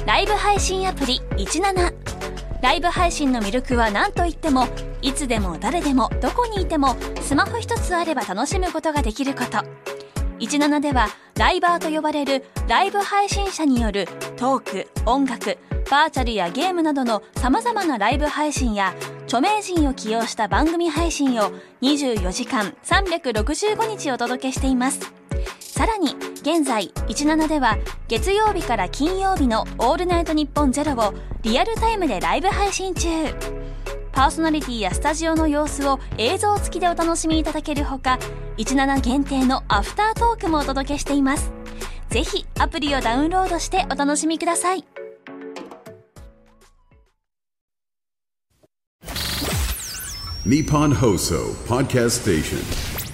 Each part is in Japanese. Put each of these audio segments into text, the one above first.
ライブ配信アプリ17。ライブ配信の魅力は何といっても、いつでも誰でもどこにいてもスマホ一つあれば楽しむことができること。17ではライバーと呼ばれるライブ配信者によるトーク、音楽、バーチャルやゲームなどの様々なライブ配信や著名人を起用した番組配信を24時間365日お届けしています。さらに現在17では月曜日から金曜日のオールナイトニッポンゼロをリアルタイムでライブ配信中。パーソナリティやスタジオの様子を映像付きでお楽しみいただけるほか、17限定のアフタートークもお届けしています。ぜひアプリをダウンロードしてお楽しみください。 ニッポン放送ポッドキャストステーション。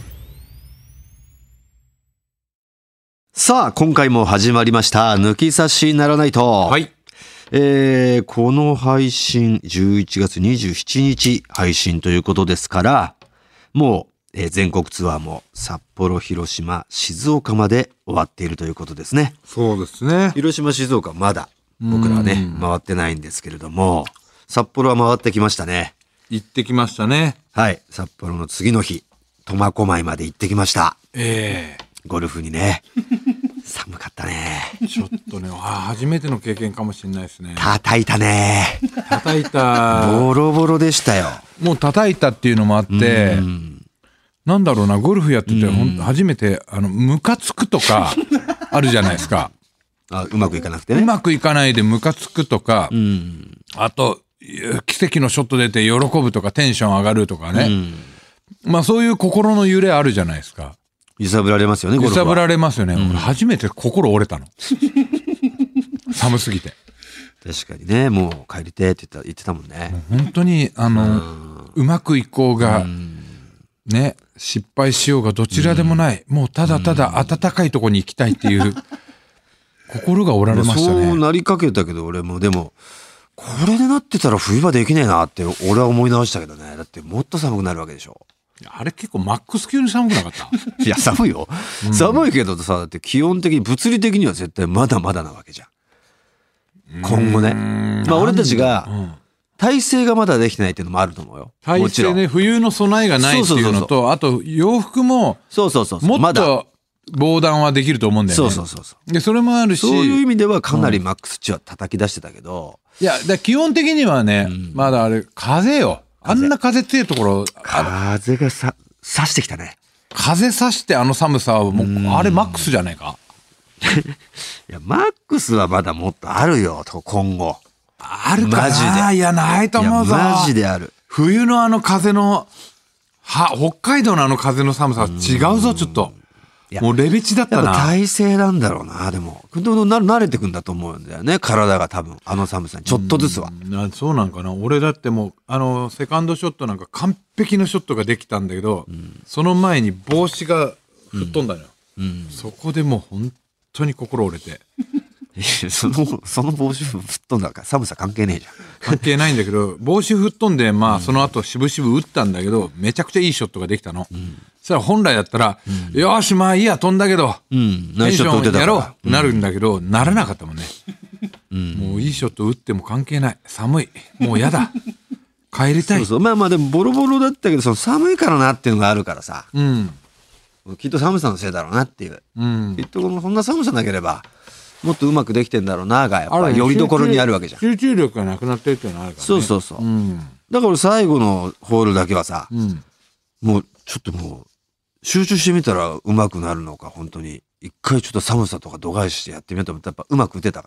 さあ今回も始まりました抜き差しならないと。 はい。 この配信11月27日配信ということですから、もう、全国ツアーも札幌、広島、静岡まで終わっているということですね。 そうですね。 広島、静岡まだ僕らはね回ってないんですけれども、札幌は回ってきましたね。 行ってきましたね。 はい、札幌の次の日苫小牧まで行ってきました。ゴルフにね寒かったね。 ちょっとね、初めての経験かもしれないですね。 叩いたね。 叩いた。 ボロボロでしたよ。 もう叩いたっていうのもあって、なんだろうな、ゴルフやってて初めてムカつくとかあるじゃないですか。 うまくいかなくてね。 うまくいかないでムカつくとか、あと奇跡のショット出て喜ぶとかテンション上がるとかね、まあそういう心の揺れあるじゃないですか。 揺さぶられますよね。 揺さぶられますよね。俺初めて心折れたの。寒すぎて。 確かにね、もう帰りてって言ってたもんね。 本当にうまくいこうがね、失敗しようがどちらでもない、もうただただ暖かいところに行きたいっていう心が折られましたね。 そうなりかけたけど、俺もでもこれでなってたら冬場できねえなって俺は思い直したけどね。だってもっと寒くなるわけでしょ。 あれ結構マックス級に寒くなかった？ いや寒いよ、寒いけどさ、だって気温的に物理的には絶対まだまだなわけじゃん。今後ね、まあ俺たちが体勢がまだできてないっていうのもあると思うよ。 体勢ね、冬の備えがないっていうのと、あと洋服ももっと防弾はできると思うんだよね。でそれもあるし、 そういう意味ではかなりマックス値は叩き出してたけど、 いやだ基本的にはね、まだあれ風よ。あんな風強いところ、 風が刺してきたね。 風刺して寒さはもう、あれマックスじゃないか。 いやマックスはまだもっとあるよと今後。 あるかな。マジで。いやないと思うぞ。 マジである。 冬の風の北海道の風の寒さは違うぞちょっと。もうレベチだったな。 体勢なんだろうな。でも慣れてくんだと思うんだよね、体が。多分寒さにちょっとずつは。 そうなんかな。俺だってもうセカンドショットなんか完璧なショットができたんだけど、その前に帽子が吹っ飛んだのよ、そこでもう本当に心折れてその帽子吹っ飛んだから寒さ関係ねえじゃん。 関係ないんだけど、帽子吹っ飛んでその後渋々打ったんだけど、めちゃくちゃいいショットができたの。そしたら本来だったら、よしまあいいや飛んだけど、テンションやろうなるんだけど、ならなかったもんね。もういいショット打っても関係ない。寒い、もうやだ、帰りたい。 まあでもボロボロだったけど、寒いからなっていうのがあるからさ、きっと寒さのせいだろうなっていう、きっとそんな寒さなければもっとうまくできてんだろうながやっぱりよりどころにあるわけじゃん。 集中力がなくなってるっていうのがあるからね。 そう、だから最後のホールだけはさ、もうちょっともう集中してみたらうまくなるのか、本当に一回ちょっと寒さとか度外視してやってみようと思ったらやっぱうまく打てたから、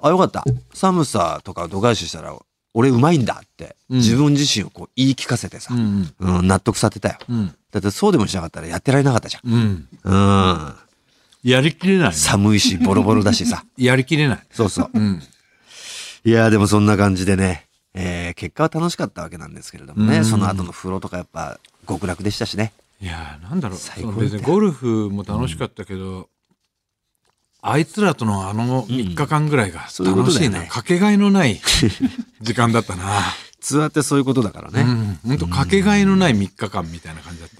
よかった、寒さとか度外視したら俺うまいんだって自分自身をこう言い聞かせてさ、納得させてたよ、だってそうでもしなかったらやってられなかったじゃん。 やりきれない、ね、 寒いしボロボロだしさやりきれない。 そう、いやでもそんな感じでね、結果は楽しかったわけなんですけれどもね、その後の風呂とかやっぱ極楽でしたしね。 いやなんだろう、 最高別にゴルフも楽しかったけど、あいつらとの3日間ぐらいが楽しいな、かけがえのない時間だったな。 ツアーってそういうことだからね。 本当かけがえのない3日間みたいな感じだった。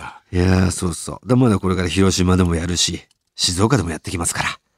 いやそうでまだこれから広島でもやるし静岡でもやってきますから。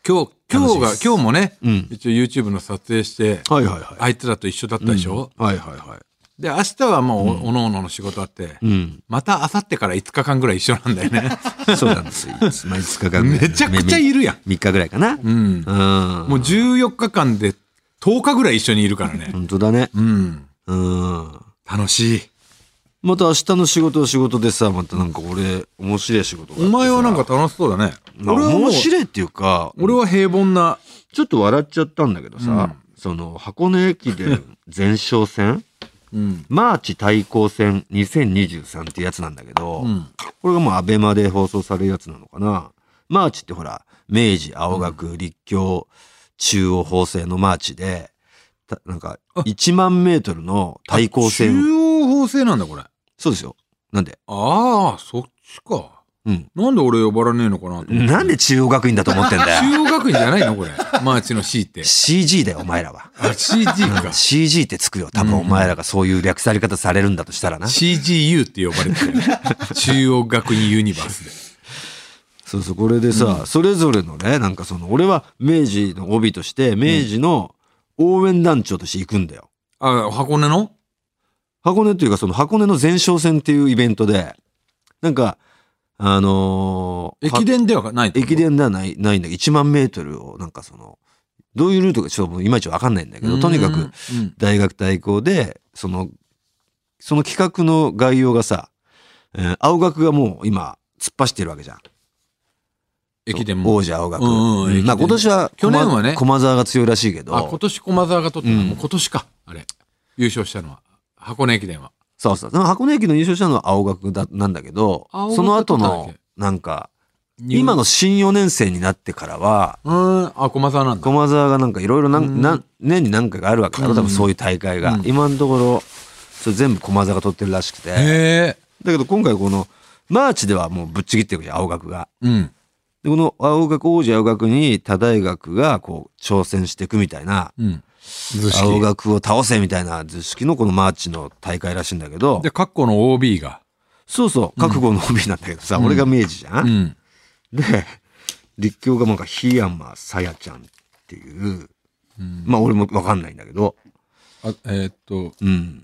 今日もね、 うん一応 YouTube の撮影して、 はいはいはい。 あいつらと一緒だったでしょ、 はいはいはい。 で、明日はもう、おのおのの仕事あって、 うん。 また明後日から5日間ぐらい一緒なんだよね。 そうなんですよ。まあ5日間ぐらい。 めちゃくちゃいるやん。 3日ぐらいかな。 うん。 うん。 もう14日間で10日ぐらい一緒にいるからね。 本当だね。 うん。 うん。 楽しい。 また明日の仕事は仕事でさ、またなんか俺、面白い仕事があってさ。 お前はなんか楽しそうだね。 まあ俺はもう面白いっていうか、 俺は平凡な。 ちょっと笑っちゃったんだけどさ、 うんその箱根駅伝前哨戦うん。 マーチ対抗戦2023ってやつなんだけど、 うん。 これがもうアベマで放送されるやつなのかな。マーチってほら、明治、青学、立教、中央、法政のマーチで、なんか1万メートルの対抗戦。 中央法制なんだ、これ。 そうですよ。なんでああ、そっちか。 うん。 なんで俺呼ばれねえのかなと思って。 なんで中央学院だと思ってんだよ。 中央学院じゃないのこれ。マーチの C って。 CG だよ、お前らは。 あ、CG か。 CG ってつくよ。多分お前らがそういう略され方されるんだとしたらな。 CGU って呼ばれてる。中央学院ユニバースで。 そうそう、これでさ、それぞれのね、なんかその、俺は明治の帯として、明治の応援団長として行くんだよ。 あ、箱根の箱根っていうか、その箱根の前哨戦っていうイベントで、なんか、 駅伝ではないってこと駅伝ではないんだけど、1万メートルを、なんかその、どういうルートかちょっといまいちわかんないんだけど、とにかく、 うん大学対抗で、その企画の概要がさ、青学がもう今、突っ走ってるわけじゃん。 駅伝も。 王者青学。 うんうん駅伝まあ今年は去年はね駒澤が強いらしいけど。 あ、今年駒澤が取ったの、 うんもう今年か。あれ。優勝したのは。箱根駅伝は。 そうそう。でも箱根駅の優勝したのは青学なんだけど、 青学その後の取ったんだっけ、 なんか、今の新4年生になってからは、 あ、駒澤なんだ。 駒澤がなんかいろいろ年に何回かあるわけだろ、多分そういう大会が。今のところ、それ全部駒澤が取ってるらしくて。 へえ。 だけど今回この、マーチではもうぶっちぎってるじゃん、青学が。 うん。 で、この王子青学に他大学がこう挑戦していくみたいな、 うん。図式青学を倒せみたいな図式のこのマーチの大会らしいんだけど、 で、各校の OB が。 そうそう、覚悟の帯なんだけどさ、俺が明治じゃん、 うん。 で、立教がなんか檜山さやちゃんっていう、まあ俺もわかんないんだけど、 あ、 うん。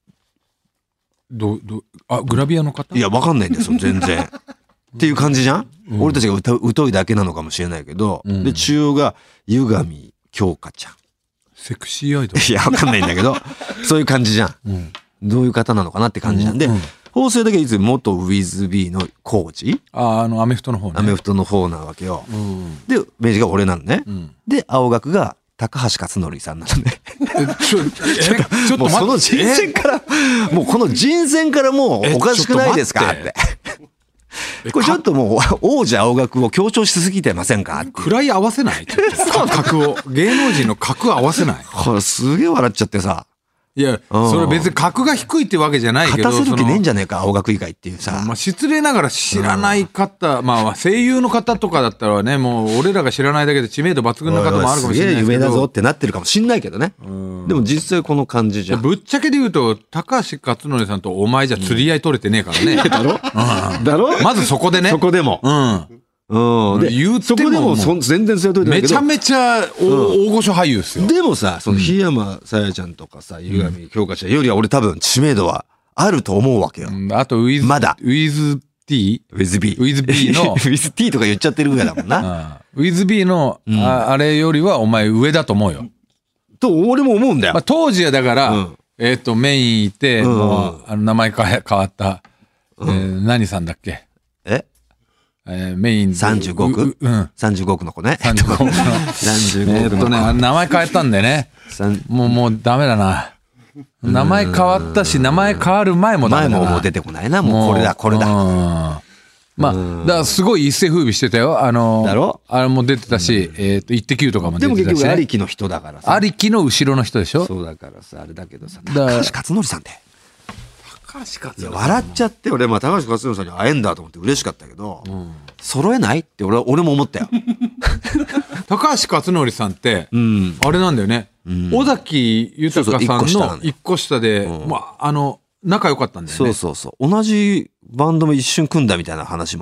グラビアの方いや、わかんないんですよ、全然。っていう感じじゃん、俺たちが疎いだけなのかもしれないけど、で、中央が湯上京香ちゃん。 セクシーアイドル。 いや、わかんないんだけど、そういう感じじゃん。どういう方なのかなって感じなんで、法政だけいつ元ウィズビーのコーチ、 アメフトの方ね。 アメフトの方なわけよ。 うん。 で、明治が俺なのね。 んで、青学が高橋克典さんなのね。 ちょっともうその待って。 人選から、もうこの人選からもうおかしくないですかって。これちょっともう王者青学を強調しすぎてませんかって。 位合わせないちょっと格を。芸能人の格合わせないこれすげえ笑っちゃってさ。 いや、それ別に格が低いってわけじゃないけど。 勝たせる気ねえんじゃゃねえか、青学以外っていうさ。 まあ、失礼ながら知らない方、まあ、声優の方とかだったらね、もう俺らが知らないだけで知名度抜群な方もあるかもしれないですけど。 すげえ有名だぞってなってるかもしんないけどね。でも実際この感じじゃん。 ぶっちゃけで言うと、高橋克典さんとお前じゃ釣り合い取れてねえからね。 だろだろまずそこでね。 そこでも。 うん。 うん。で、 言ってもそこでも全然そういうとこめちゃめちゃ大御所俳優ですよ。 でもさ、その檜山さやちゃんとかさ、湯上京香ちゃんよりは俺多分知名度はあると思うわけよ。 あと、 まだウィズ T? ウィズ B。 ウィズ B のウィズ T とか言っちゃってるぐらいだもんな。 ウィズ B の、あれよりはお前上だと思うよ。 と、俺も思うんだよ。 まあ、当時はだから、メインいて、もう、名前変わった、何さんだっけメイン 35億うん。 35億の子ね。 35億の。 35億の子。 名前変えたんでね。もうダメだな。名前変わったし、名前変わる前もダメだな。 前ももう出てこないな。もうこれだ、これだ。 まあ、だからすごい一世風靡してたよ。だろあれも出てたし、イッテ Q とかも出てたし、ね。 でも結局、ありきの人だからさ。 ありきの後ろの人でしょ。 そうだからさ、あれだけどさ、 から高橋克典さんって。 高橋克いや笑っちゃって、俺、まあ、高橋克典さんに会えんだと思って嬉しかったけど、揃えないって俺も思ったよ。 高橋克典さんって、 んあれなんだよね。尾崎豊さんの一個下で、まあ、仲良かったんだよね。 そうそうそう。同じバンドも一瞬組んだみたいな話もね、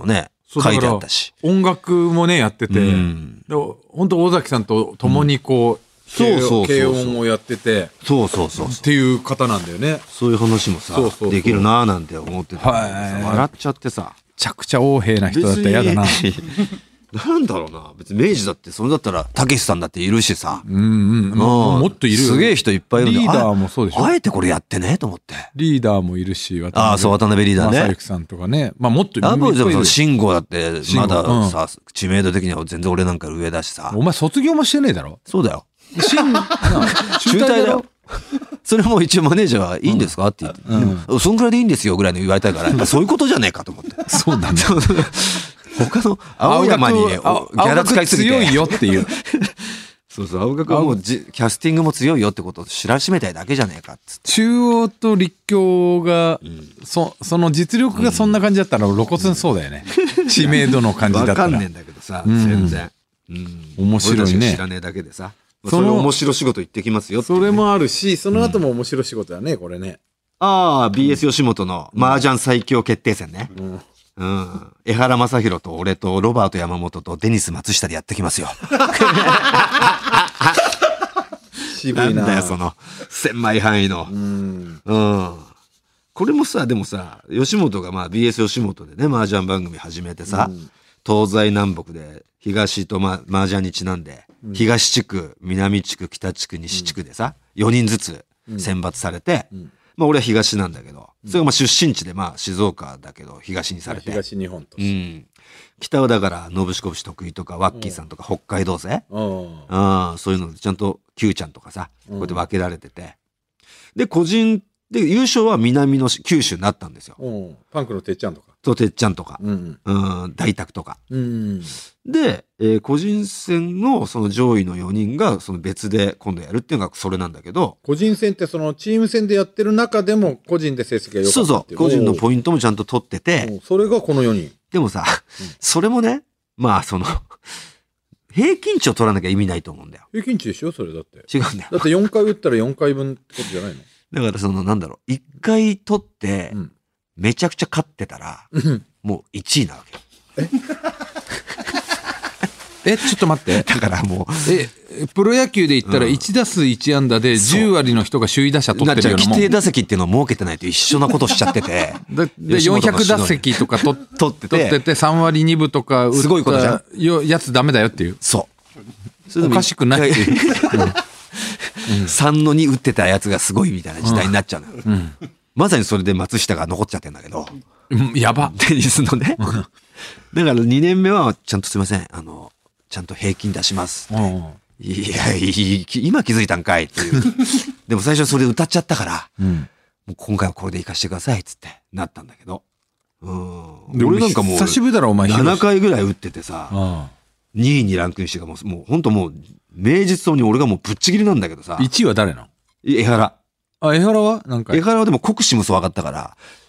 書いてあったし。 音楽もね、やってて、本当尾崎さんと共にこう、軽音をやってて、 そう。 っていう方なんだよね。 そういう話もさ、できるなーなんて思ってた。笑っちゃってさ。 めちゃくちゃ横柄な人だったら嫌だな。 なんだろうな。別に明治だって、それだったら、たけしさんだっているしさ。 もっといるよ。 すげえ人いっぱいいるんで。 リーダーもそうでしょ。 あえてこれやってねと思って。 リーダーもいるし、 そう、渡辺リーダーね。 正行さんとかね。まあもっといる。慎吾だって、まださ、知名度的には全然俺なんか上だしさ。 お前卒業もしてねえだろ。 そうだよ。中退だよ。それも一応マネージャーはいいんですかって言って。そんぐらいでいいんですよぐらいの言われたから、そういうことじゃねえかと思って。 そうだね。 他の青山にギャラ使いすぎて強いよっていう。 そう青学はもうキャスティングも強いよってことを知らしめたいだけじゃねえかっつって。 中央と立教が、その実力がそんな感じだったら露骨そうだよね。知名度の感じだったら。 わかんねえんだけどさ、全然。 面白いね。 知らねえだけでさ。その面白仕事行ってきますよ。 それもあるし、その後も面白仕事だね、これね。 BS 吉本の麻雀最強決定戦ね。江原正宏と俺とロバート山本とデニス松下でやってきますよ。 渋いな。 なんだよ、その、狭い範囲の。これもさ、でもさ、吉本がBS 吉本でね、麻雀番組始めてさ、東西南北で、東と麻雀にちなんで、東地区、南地区、北地区、西地区でさ、4人ずつ選抜されて、俺は東なんだけど、それが出身地で静岡だけど東にされて。 東日本として。 北はだから、ノブシコブシ得意とか、ワッキーさんとか、北海道勢そういうので、ちゃんと、Q ちゃんとかさ、こうやって分けられてて。で、個人で、優勝は南の九州になったんですよ。 パンクのてっちゃんとか。 と、てっちゃんとか。大宅とか。で、個人戦のその上位の4人がその別で今度やるっていうのがそれなんだけど。 個人戦ってそのチーム戦でやってる中でも個人で成績が良かったっていう。 個人のポイントもちゃんと取ってて。 それがこの4人。 でもさ、それもね、その、平均値を取らなきゃ意味ないと思うんだよ。 平均値でしょそれだって。 違うんだよ。 だって4回打ったら4回分ってことじゃないの？ だからその1回取って、めちゃくちゃ勝ってたら、もう1位なわけ。 ちょっと待って。 だからもう。プロ野球で言ったら1打数1安打で10割の人が首位打者取ってるようなもん。 規定打席っていうのを設けてないと一緒なことしちゃってて。 で、400打席とか取ってて3割2分とか打ったすごいことじゃん。 やつダメだよっていう。 そう。 おかしくないっていう。 3の2打ってたやつがすごいみたいな時代になっちゃうのよ。まさにそれで松下が残っちゃってんだけど。 やば。 テニスのね。だから2年目はちゃんとすいません。ちゃんと平均出します。いや、今気づいたんかいっていう。でも最初それ歌っちゃったから、もう今回はこれで行かしてくださいっつってなったんだけど。俺なんかもう、 久しぶりだろお前。 7回ぐらい打っててさ、2位にランクインしてからもう本当もう、名実そうに俺がもうぶっちぎりなんだけどさ。 1位は誰なの？ 江原。 江原はなんか。 江原はでも国士無双上がったから、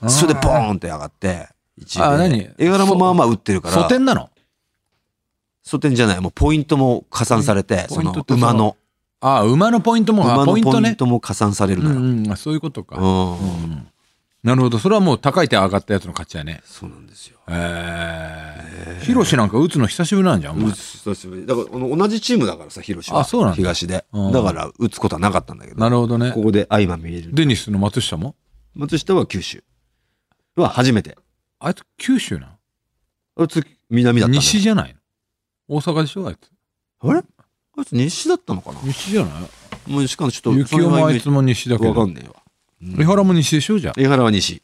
それでボーンって上がって、1位で。 何？ 江原もまあまあ打ってるから。 素点なの？ 素点じゃない。もうポイントも加算されて、その馬の。 馬のポイントも、 ポイントも加算されるのよ。 そういうことか。なるほど。それはもう高い点上がったやつの勝ちだね。 そうなんですよ。 ヒロシなんか打つの久しぶりなんじゃん。 久しぶり。だから同じチームだからさ、ヒロシは。 そうなんだ。 東で。だから打つことはなかったんだけど。 なるほどね。 ここで相まみえる。 デニスの松下も？ 松下は九州。は初めて。 あいつ九州なの？ あいつ南だった。 西じゃないの？大阪でしょあいつ。 あれあいつ西だったのかな？ 西じゃない？ もうしかもちょっと。 雪山あいつも西だけど。 わかんねえわ。 江原も西でしょじゃあ。 江原は西。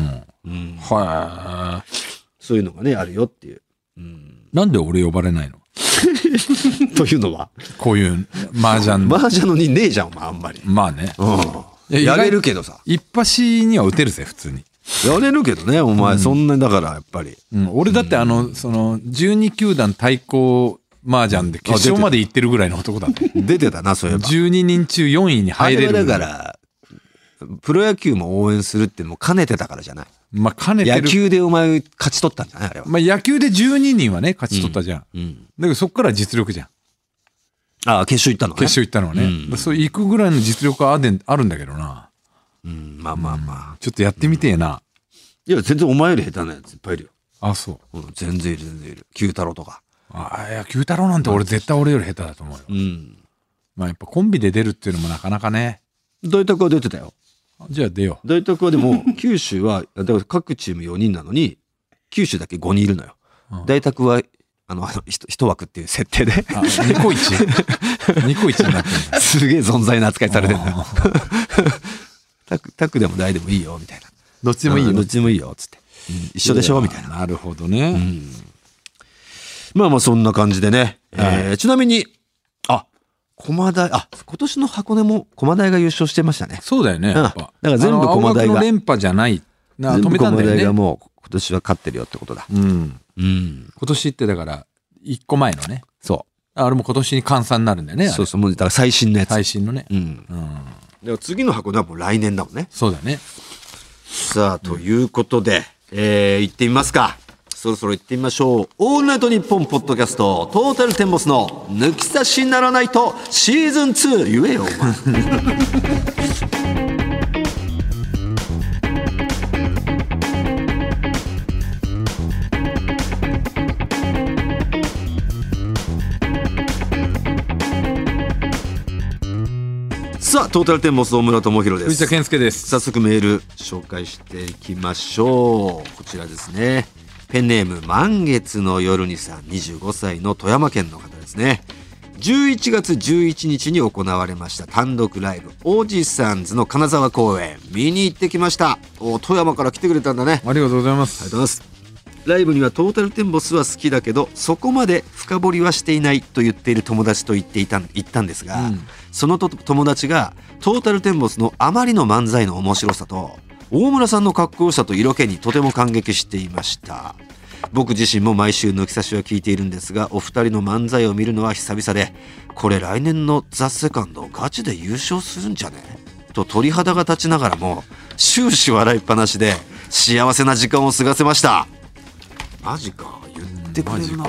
はい。 そういうのがね、あるよっていう。 なんで俺呼ばれないの？ というのはこういう麻雀。 麻雀のにねえじゃん、あんまり。 まあね。 やれるけどさ。 一発には打てるぜ、普通に。 やれるけどね、お前、そんなだからやっぱり。 俺だってその、12球団対抗麻雀で決勝まで行ってるぐらいの男だって。 出てたな、そういえば。 12人中4位に入れる。 だから、プロ野球も応援するっていうのも兼ねてたからじゃない。 まあ兼ねてる。 野球でお前勝ち取ったんじゃないあれは。 まあ野球で12人はね、勝ち取ったじゃん。だけどそっから実力じゃん。 決勝行ったのね。 決勝行ったのはね。そう行くぐらいの実力はあるんだけどな。 まあまあまあ。 ちょっとやってみてえな。 いや、全然お前より下手なやついっぱいいるよ。 あ、そう。 全然いる全然いる。九太郎とか。 いや九太郎なんて俺絶対俺より下手だと思うよ。まあやっぱコンビで出るっていうのもなかなかね。 大宅は出てたよ。 じゃあ出よう。大宅はでも九州はだから各チーム4人なのに九州だけ5人いるのよ。大宅は一枠っていう設定でニコイチニコイチになってるんだ。 すげえ存在な扱いされてるんだよ。タクでも大でもいいよみたいな。 どっちでもいいよ。 どっちでもいいよっつって、一緒でしょみたいな。 なるほどね。 まあそんな感じでね。ちなみに駒大今年の箱根も駒大が優勝してましたね。 そうだよね。やっぱだから全部駒大が連覇じゃない。 止めたんだよね。駒大がもう今年は勝ってるよってことだ。 今年ってだから1個前のね。 そう。 あれも今年に換算になるんだよね。 そうそう、もうだから最新のやつ。 最新のね。 だから次の箱根はもう来年だもんね。 そうだね。 さあということで、行ってみますか。そろそろ行ってみましょう。オールナイトニッポンポッドキャストトータルテンボスの抜き差しならないとシーズン2言えよお前。さあトータルテンボス大村智弘です。 藤田健介です。 早速メール紹介していきましょう。こちらですね。ペンネーム満月の夜にさん、25歳の富山県の方ですね。11月11日に行われました単独ライブおじさんずの金沢公演見に行ってきました。富山から来てくれたんだね。 ありがとうございます。 ありがとうございます。ライブにはトータルテンボスは好きだけどそこまで深掘りはしていないと言っている友達と行ったんですが、その友達がトータルテンボスのあまりの漫才の面白さと大村さんのかっこよさと色気にとても感激していました。僕自身も毎週抜き差しは聞いているんですが、お二人の漫才を見るのは久々で、これ来年のザ・セカンドガチで優勝するんじゃねと鳥肌が立ちながらも終始笑いっぱなしで幸せな時間を過ごせました。マジか、言ってくれるな。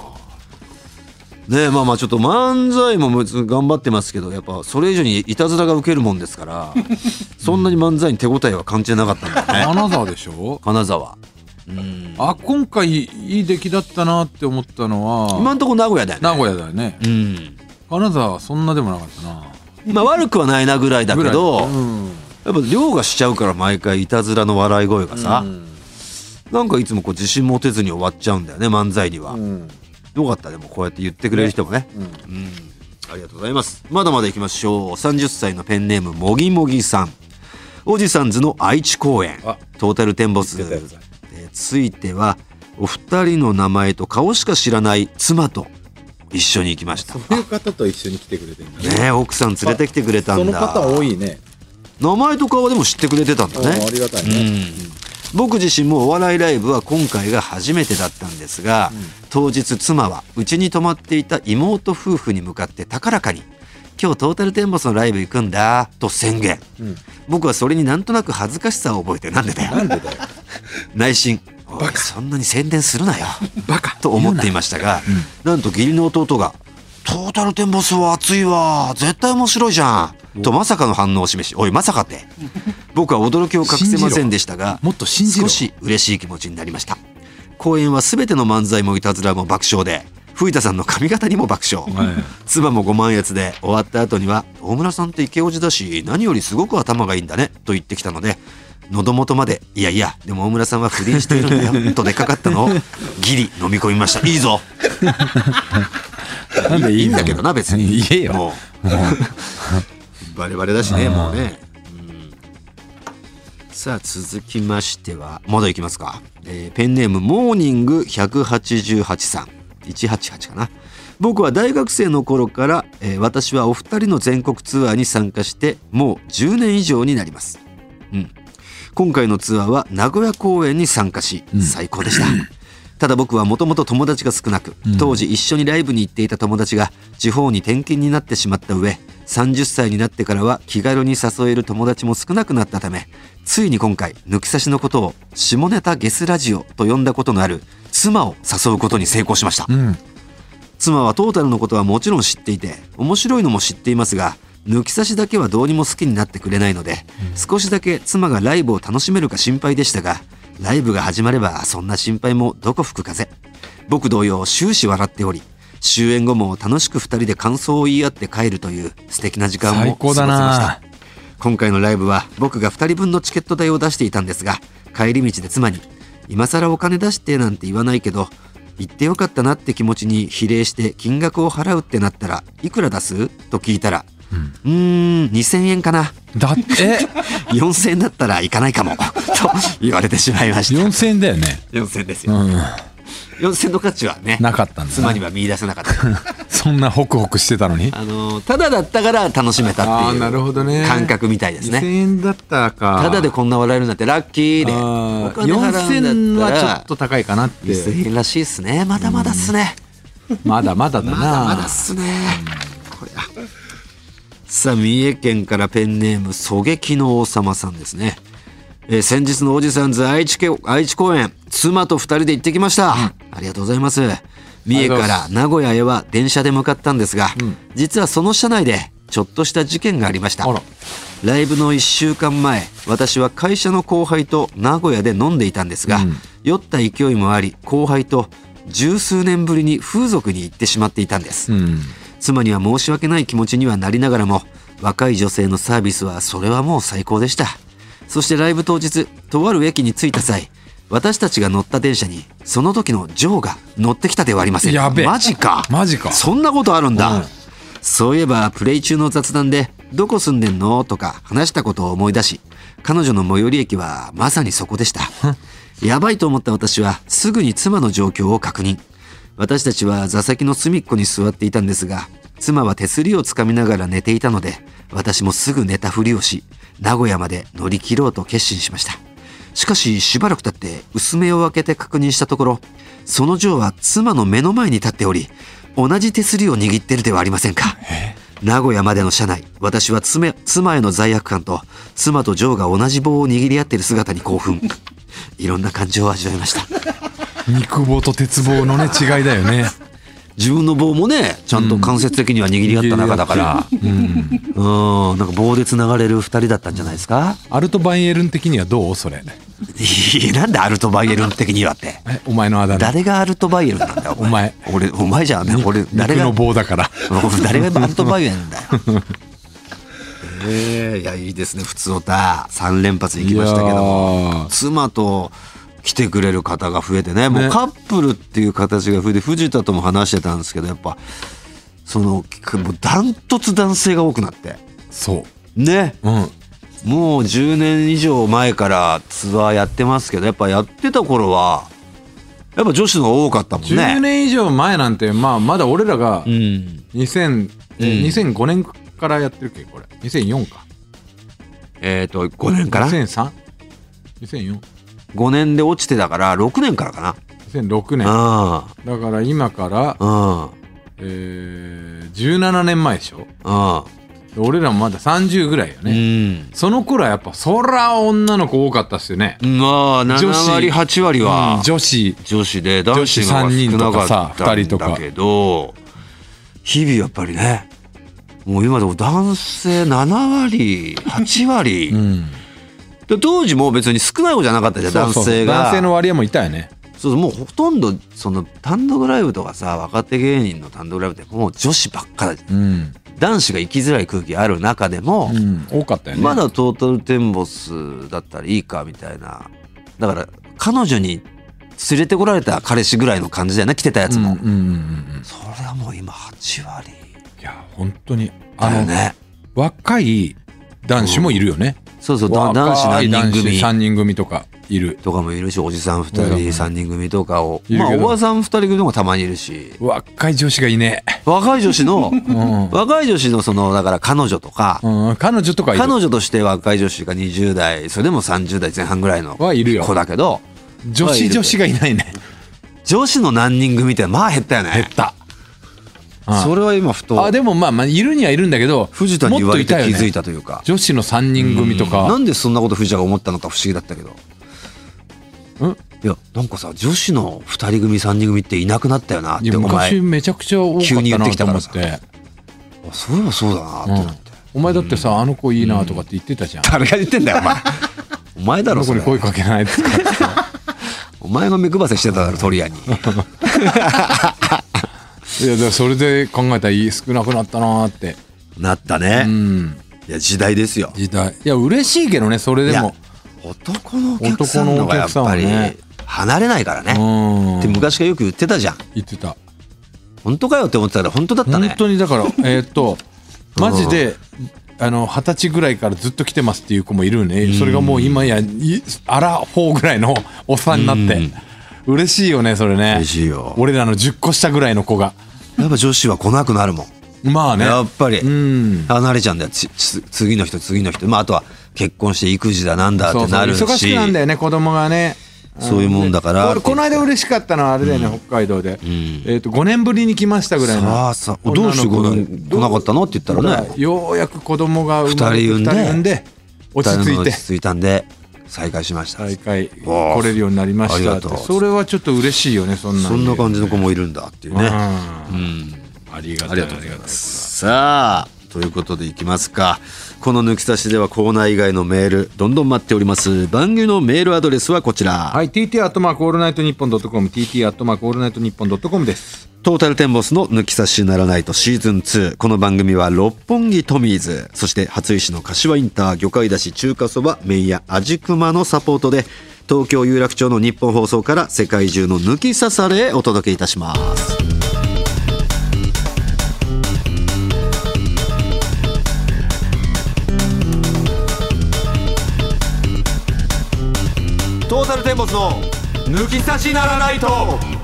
ねえ、まあちょっと漫才も頑張ってますけど、やっぱそれ以上にいたずらが受けるもんですからそんなに漫才に手応えは感じなかったんだよね。 金沢でしょ。 金沢。 今回いい出来だったなって思ったのは今んとこ名古屋だよね。 名古屋だよね。金沢はそんなでもなかったな。 まあ悪くはないなぐらいだけど、やっぱ凌駕しちゃうから毎回いたずらの笑い声がさ、なんかいつもこう自信持てずに終わっちゃうんだよね漫才には。よかった。でもこうやって言ってくれる人もね。ありがとうございます。まだまだ行きましょう。30歳のペンネームもぎもぎさん。おじさんずの愛知公演トータルテンボスついてはお二人の名前と顔しか知らない妻と一緒に行きました。 そういう方と一緒に来てくれてるんだね。奥さん連れてきてくれたんだ。 その方多いね。 名前と顔でも知ってくれてたんだね。 ありがたいね。 僕自身もお笑いライブは今回が初めてだったんですが、当日妻はうちに泊まっていた妹夫婦に向かって高らかに今日トータルテンボスのライブ行くんだと宣言。僕はそれになんとなく恥ずかしさを覚えて、なんでだよ内心おいそんなに宣伝するなよバカと思っていましたが、なんと義理の弟がトータルテンボスは熱いわ絶対面白いじゃんとまさかの反応を示し、おいまさかって僕は驚きを隠せませんでしたが、 もっと信じろ。 少し嬉しい気持ちになりました。公演は全ての漫才もいたずらも爆笑で、藤田さんの髪型にも爆笑、妻もご満悦で、終わった後には大村さんってイケオジだし何よりすごく頭がいいんだねと言ってきたので、喉元までいやいやでも大村さんは不倫しているんだよと出かかったのをギリ飲み込みました。いいぞなんでいいんだけどな別に。 言えよ。 もうバレバレだしねもうね。さあ続きましてはまだいきますか。ペンネームモーニング188さん188かな。僕は大学生の頃から、私はお二人の全国ツアーに参加してもう10年以上になります。今回のツアーは名古屋公演に参加し最高でした。ただ僕はもともと友達が少なく、当時一緒にライブに行っていた友達が地方に転勤になってしまった上、30歳になってからは気軽に誘える友達も少なくなったため、ついに今回抜き差しのことを下ネタゲスラジオと呼んだことのある妻を誘うことに成功しました。妻はトータルのことはもちろん知っていて面白いのも知っていますが、抜き差しだけはどうにも好きになってくれないので、少しだけ妻がライブを楽しめるか心配でしたが、 ライブが始まればそんな心配もどこ吹く風。僕同様終始笑っており、終演後も楽しく2人で感想を言い合って帰るという素敵な時間を過ごせました。 最高だな。 今回のライブは僕が2人分のチケット代を出していたんですが、帰り道で妻に今更お金出してなんて言わないけど行ってよかったなって気持ちに比例して金額を払うってなったらいくら出すと聞いたら、2000円かな。 だって 4000円だったら行かないかもと言われてしまいました。 4000円だよね。 4000円ですよ、4000円の価値はねなかったんだ。 妻には見出せなかったそんなホクホクしてたのに、 ただだったから楽しめたっていうなるほどね、 感覚みたいですね。 2000円だったか。 ただでこんな笑えるなんてラッキーで、お金払うんだったら 4000はちょっと高いかなって。 2000円らしいっすね。まだまだっすね、 まだまだだな。 まだまだっすね、これ。さあ、三重県からペンネーム狙撃の王様さんですね。先日のおじさんズ愛知公演、妻と2人で行ってきました、ありがとうございます。三重から名古屋へは電車で向かったんですが、実はその車内でちょっとした事件がありました。ライブの1週間前、私は会社の後輩と名古屋で飲んでいたんですが、酔った勢いもあり後輩と十数年ぶりに風俗に行ってしまっていたんです、妻には申し訳ない気持ちにはなりながらも、若い女性のサービスはそれはもう最高でした。そしてライブ当日、とある駅に着いた際、私たちが乗った電車にその時のジョーが乗ってきたではありませんか。 やべえ、 マジかそんなことあるんだ、そういえばプレイ中の雑談でどこ住んでんのとか話したことを思い出し、彼女の最寄り駅はまさにそこでしたやばいと思った私はすぐに妻の状況を確認。私たちは座席の隅っこに座っていたんですが、妻は手すりをつかみながら寝ていたので、私もすぐ寝たふりをし、名古屋まで乗り切ろうと決心しました。しかししばらく経って薄目を開けて確認したところ、そのジョーは妻の目の前に立っており、同じ手すりを握っているではありませんか。名古屋までの車内、私は妻への罪悪感と妻とジョーが同じ棒を握り合っている姿に興奮いろんな感情を味わいました肉棒と鉄棒のね違いだよね。 自分の棒もねちゃんと間接的には握り合った仲だから、なんか棒でつながれる2人だったんじゃないですか。 アルトバイエルン的にはどうそれ。 なんでアルトバイエルン的にはって。 お前のあだ名。誰がアルトバイエルンなんだよお前。 お前じゃんね。俺誰が肉の棒だから。 誰がアルトバイエルンだよいやいいですね。普通歌3連発いきましたけども、妻と来てくれる方が増えてね、もうカップルっていう形が増えて、藤田とも話してたんですけど、やっぱそのもうダントツ男性が多くなって、 そうね、もう10年以上前からツアーやってますけど、やっぱやってた頃はやっぱ女子の方が多かったもんね。 10年以上前なんて、まだ俺らが2005年からやってるっけこれ。2004か。 5年かな。 2003、2004。 5年で落ちてたから6年からかな。 2006年。だから今から17年前でしょ。俺らもまだ30ぐらいよね。その頃はやっぱそら女の子多かったっすよね。 まあ7割8割は女子で、男子が少なかったんだけど、日々やっぱりね、もう今でも男性7割8割、で当時も別に少ない方じゃなかったじゃん。男性の割合もいたよね。 そうもうほとんどその単独ライブとかさ、若手芸人の単独ライブってもう女子ばっかだ、男子が生きづらい空気ある中でも、 多かったよね。 まだトータルテンボスだったらいいかみたいな。だから彼女に連れてこられた彼氏ぐらいの感じだよね、来てたやつも。それはもう今8割。 いや本当にね、 若い男子もいるよね。 そうそう、男子何人組 3人組とかいるとかもいるし、おじさん2人3人組とかを、まあおばさん2人組もたまにいるし、 若い女子がいね。 若い女子のそのだから彼女とか、 彼女として若い女子が20代、それでも30代前半ぐらいの子だけど、 女子がいないね。 女子の何人組ってまあ減ったよね。 減った。 それは今ふと。 でもまあいるにはいるんだけど、 藤田に言われて気づいたというか、 女子の3人組とか。 なんでそんなこと藤田が思ったのか不思議だったけど、いやなんかさ、女子の2人組3人組っていなくなったよなって。 昔めちゃくちゃ多かったなと思って。 そういえばそうだなって思って。 お前だってさ、あの子いいなとかって言ってたじゃん。 誰が言ってんだよお前。お前だろ。 その子に声かけないですか。 お前が目配せしてただろ鳥屋に。 いやだからそれで考えたら少なくなったなーってなったね。いや時代ですよ。 時代。いや嬉しいけどねそれでも。 男のお客さんのがやっぱり離れないからね。って昔からよく言ってたじゃん。 言ってた。 本当かよって思ってたら本当だったね。 本当にだからマジで20歳ぐらいからずっと来てますっていう子もいるね。それがもう今やアラフォーぐらいのおっさんになって嬉しいよねそれね。 嬉しいよ。 俺らの10個下ぐらいの子がやっぱ女子は来なくなるもん。 まあねやっぱり離れちゃうんだよ。次の人まああとは結婚して育児だなんだってなるし、 そう忙しくなんだよね子供がね。 そういうもんだから。 この間嬉しかったのはあれだよね、北海道で5年ぶりに来ましたぐらいの。 さあどうして5年来なかったのって言ったらね、 ようやく子供が2人産んで落ち着いたんで再開しました。 再開来れるようになりましたって。それはちょっと嬉しいよね。そんな感じの子もいるんだっていうね。 ありがとうございます。 さあということでいきますか。この抜き差しではコーナー以外のメールどんどん待っております。番組のメールアドレスはこちら。 はい、tt@allnightnippon.com tt@allnightnippon.com です。 トータルテンボスの抜き差しならないとシーズン2。この番組は六本木トミーズ、そして初石の柏インター、魚介だし中華そば麺屋味熊のサポートで東京有楽町の日本放送から世界中の抜き差されお届けいたします。トータルテンボスの抜き差しならないと。